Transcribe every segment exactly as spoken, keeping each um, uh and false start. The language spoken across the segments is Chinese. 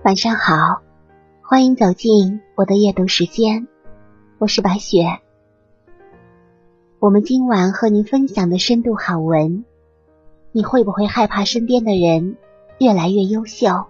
晚上好，欢迎走进我的夜读时间，我是白雪。我们今晚和您分享的深度好文，你会不会害怕身边的人越来越优秀？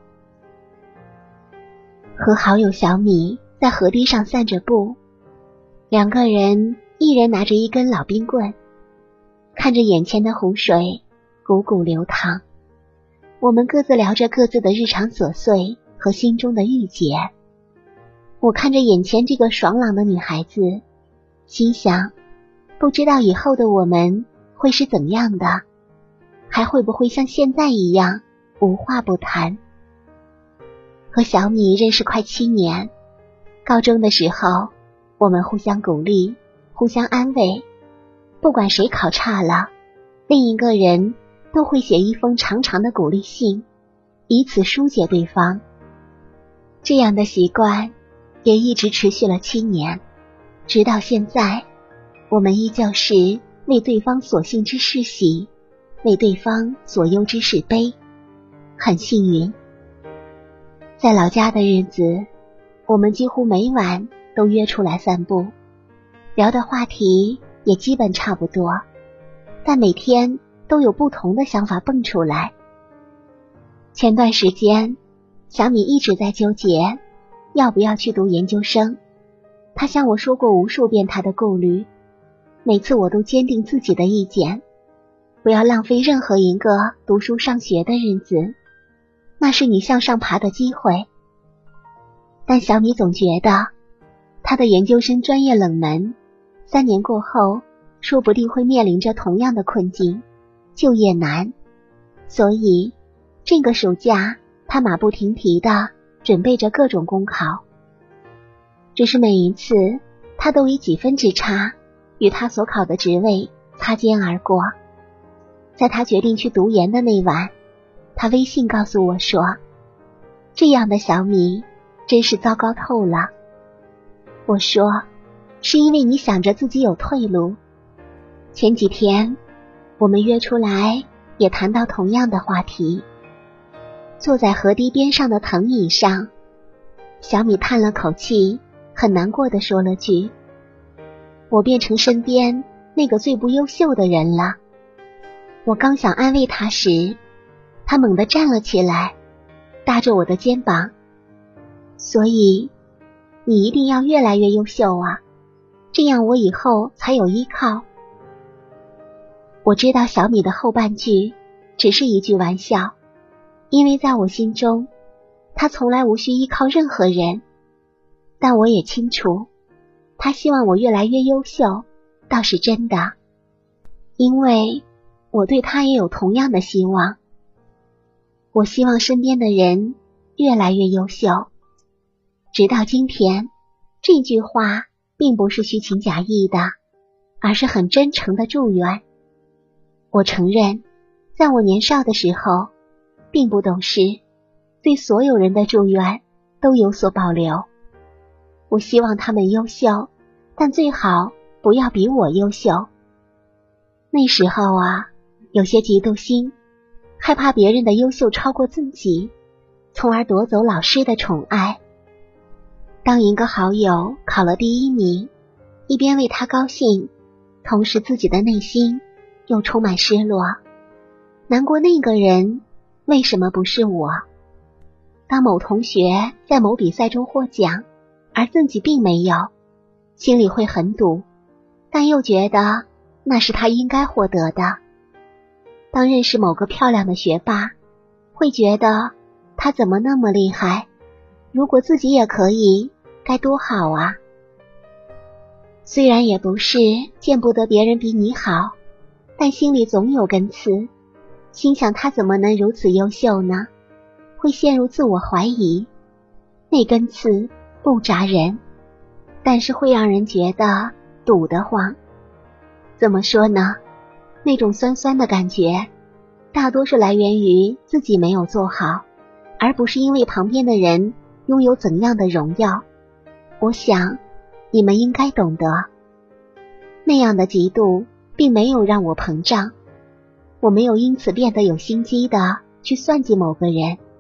和好友小米在河堤上散着步，两个人一人拿着一根老冰棍，看着眼前的湖水汩汩流淌。我们各自聊着各自的日常琐碎和心中的郁结。我看着眼前这个爽朗的女孩子，心想，不知道以后的我们会是怎么样的，还会不会像现在一样无话不谈。和小米认识快七年，高中的时候我们互相鼓励，互相安慰，不管谁考差了，另一个人都会写一封长长的鼓励信，以此疏解对方。这样的习惯也一直持续了七年，直到现在，我们依旧是为对方所幸之事喜，为对方所忧之事悲，很幸运。在老家的日子，我们几乎每晚都约出来散步，聊的话题也基本差不多，但每天都有不同的想法蹦出来。前段时间，小米一直在纠结要不要去读研究生。他向我说过无数遍他的顾虑，每次我都坚定自己的意见，不要浪费任何一个读书上学的日子，那是你向上爬的机会。但小米总觉得他的研究生专业冷门，三年过后说不定会面临着同样的困境，就业难。所以这个暑假他马不停蹄地准备着各种公考，只是每一次他都以几分之差与他所考的职位擦肩而过。在他决定去读研的那晚，他微信告诉我说，这样的小米真是糟糕透了。我说，是因为你想着自己有退路。前几天我们约出来也谈到同样的话题，坐在河堤边上的藤椅上，小米叹了口气，很难过地说了句，我变成身边那个最不优秀的人了。我刚想安慰他时，他猛地站了起来，搭着我的肩膀，所以你一定要越来越优秀啊，这样我以后才有依靠。我知道小米的后半句只是一句玩笑，因为在我心中，他从来无需依靠任何人。但我也清楚，他希望我越来越优秀，倒是真的，因为我对他也有同样的希望。我希望身边的人越来越优秀。直到今天，这句话并不是虚情假意的，而是很真诚的祝愿。我承认，在我年少的时候，并不懂事，对所有人的祝愿都有所保留。我希望他们优秀，但最好不要比我优秀。那时候啊，有些嫉妒心，害怕别人的优秀超过自己，从而夺走老师的宠爱。当一个好友考了第一名，一边为他高兴，同时自己的内心又充满失落，难过那个人为什么不是我？当某同学在某比赛中获奖，而自己并没有，心里会很堵，但又觉得那是他应该获得的。当认识某个漂亮的学霸，会觉得他怎么那么厉害，如果自己也可以，该多好啊。虽然也不是见不得别人比你好，但心里总有根刺，心想他怎么能如此优秀呢？会陷入自我怀疑。那根刺不扎人，但是会让人觉得堵得慌。怎么说呢？那种酸酸的感觉，大多是来源于自己没有做好，而不是因为旁边的人拥有怎样的荣耀。我想，你们应该懂得。那样的嫉妒并没有让我膨胀，我没有因此变得有心机的去算计某个人，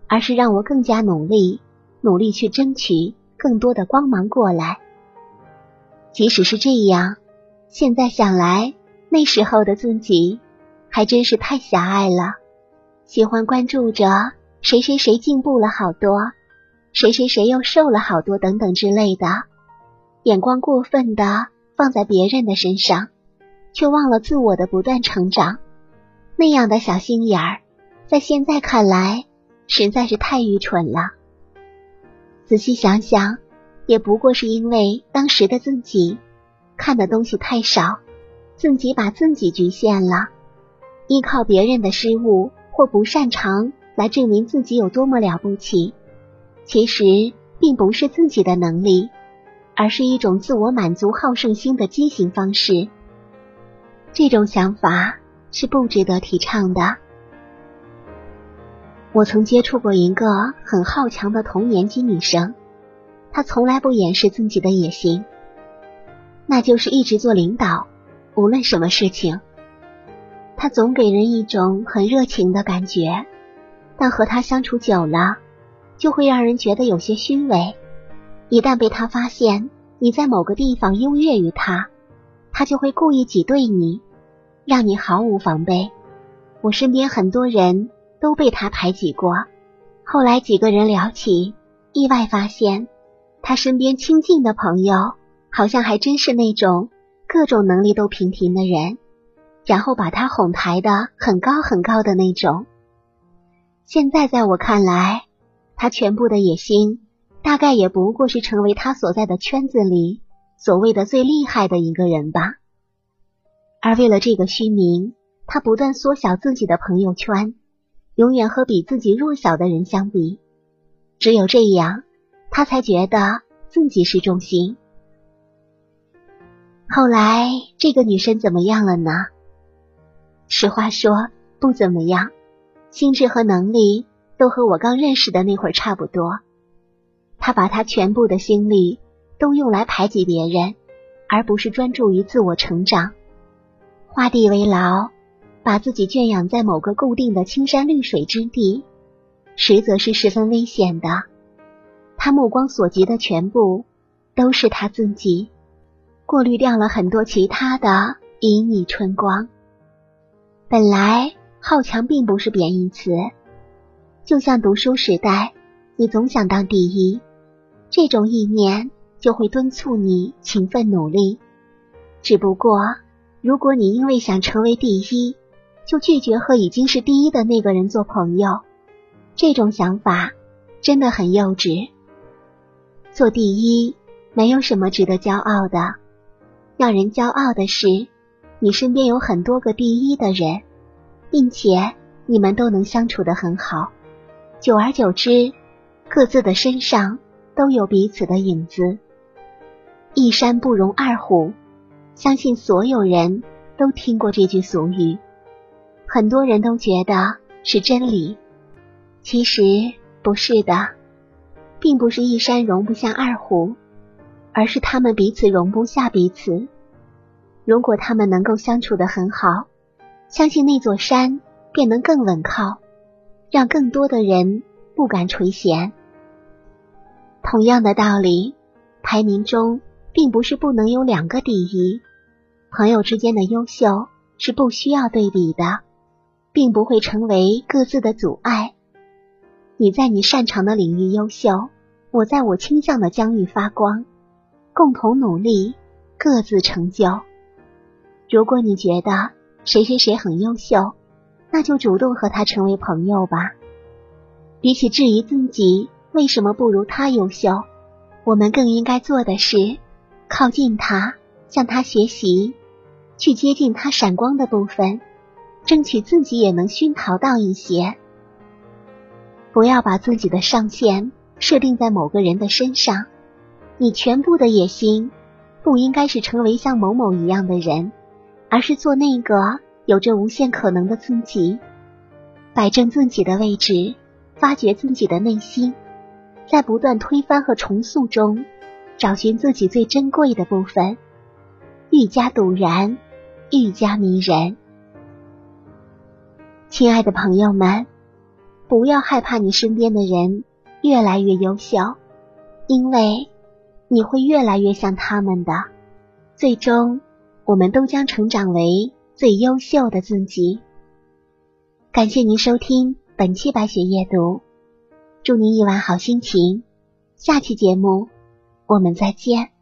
而是让我更加努力，努力去争取更多的光芒过来。即使是这样，现在想来，那时候的自己还真是太狭隘了，喜欢关注着谁谁谁进步了好多，谁谁谁又瘦了好多等等之类的，眼光过分的放在别人的身上，却忘了自我的不断成长。那样的小心眼儿，在现在看来实在是太愚蠢了。仔细想想，也不过是因为当时的自己看的东西太少，自己把自己局限了，依靠别人的失误或不擅长来证明自己有多么了不起，其实并不是自己的能力，而是一种自我满足好胜心的畸形方式。这种想法是不值得提倡的。我曾接触过一个很好强的同年级女生，她从来不掩饰自己的野心，那就是一直做领导，无论什么事情。她总给人一种很热情的感觉，但和她相处久了，就会让人觉得有些虚伪。一旦被她发现你在某个地方优越于她，她就会故意挤兑你，让你毫无防备。我身边很多人都被他排挤过，后来几个人聊起，意外发现他身边亲近的朋友好像还真是那种各种能力都平平的人，然后把他哄抬得很高很高的那种。现在在我看来，他全部的野心大概也不过是成为他所在的圈子里所谓的最厉害的一个人吧。而为了这个虚名，他不断缩小自己的朋友圈，永远和比自己弱小的人相比，只有这样，他才觉得自己是中心。后来这个女生怎么样了呢？实话说，不怎么样，心智和能力都和我刚认识的那会儿差不多。她把她全部的心力都用来排挤别人，而不是专注于自我成长。画地为牢，把自己圈养在某个固定的青山绿水之地，实则是十分危险的。他目光所及的全部都是他自己，过滤掉了很多其他的旖旎春光。本来好强并不是贬义词，就像读书时代，你总想当第一，这种意念就会敦促你勤奋努力。只不过如果你因为想成为第一，就拒绝和已经是第一的那个人做朋友，这种想法真的很幼稚。做第一没有什么值得骄傲的，让人骄傲的是你身边有很多个第一的人，并且你们都能相处得很好，久而久之，各自的身上都有彼此的影子。一山不容二虎，相信所有人都听过这句俗语，很多人都觉得是真理，其实不是的，并不是一山容不下二虎，而是他们彼此容不下彼此。如果他们能够相处得很好，相信那座山便能更稳靠，让更多的人不敢垂涎。同样的道理，排名中并不是不能有两个第一，朋友之间的优秀是不需要对比的，并不会成为各自的阻碍。你在你擅长的领域优秀，我在我倾向的疆域发光，共同努力，各自成就。如果你觉得谁谁谁很优秀，那就主动和他成为朋友吧。比起质疑自己为什么不如他优秀，我们更应该做的是靠近他，向他学习，去接近他闪光的部分，争取自己也能熏陶到一些。不要把自己的上限设定在某个人的身上，你全部的野心不应该是成为像某某一样的人，而是做那个有着无限可能的自己，摆正自己的位置，发掘自己的内心，在不断推翻和重塑中找寻自己最珍贵的部分，愈加笃然，愈加迷人。亲爱的朋友们， 不要害怕你身边的人越来越优秀，因为你会越来越像他们的，最终我们都将成长为最优秀的自己。感谢您收听本期白雪夜读，祝您一晚好心情，下期节目我们再见。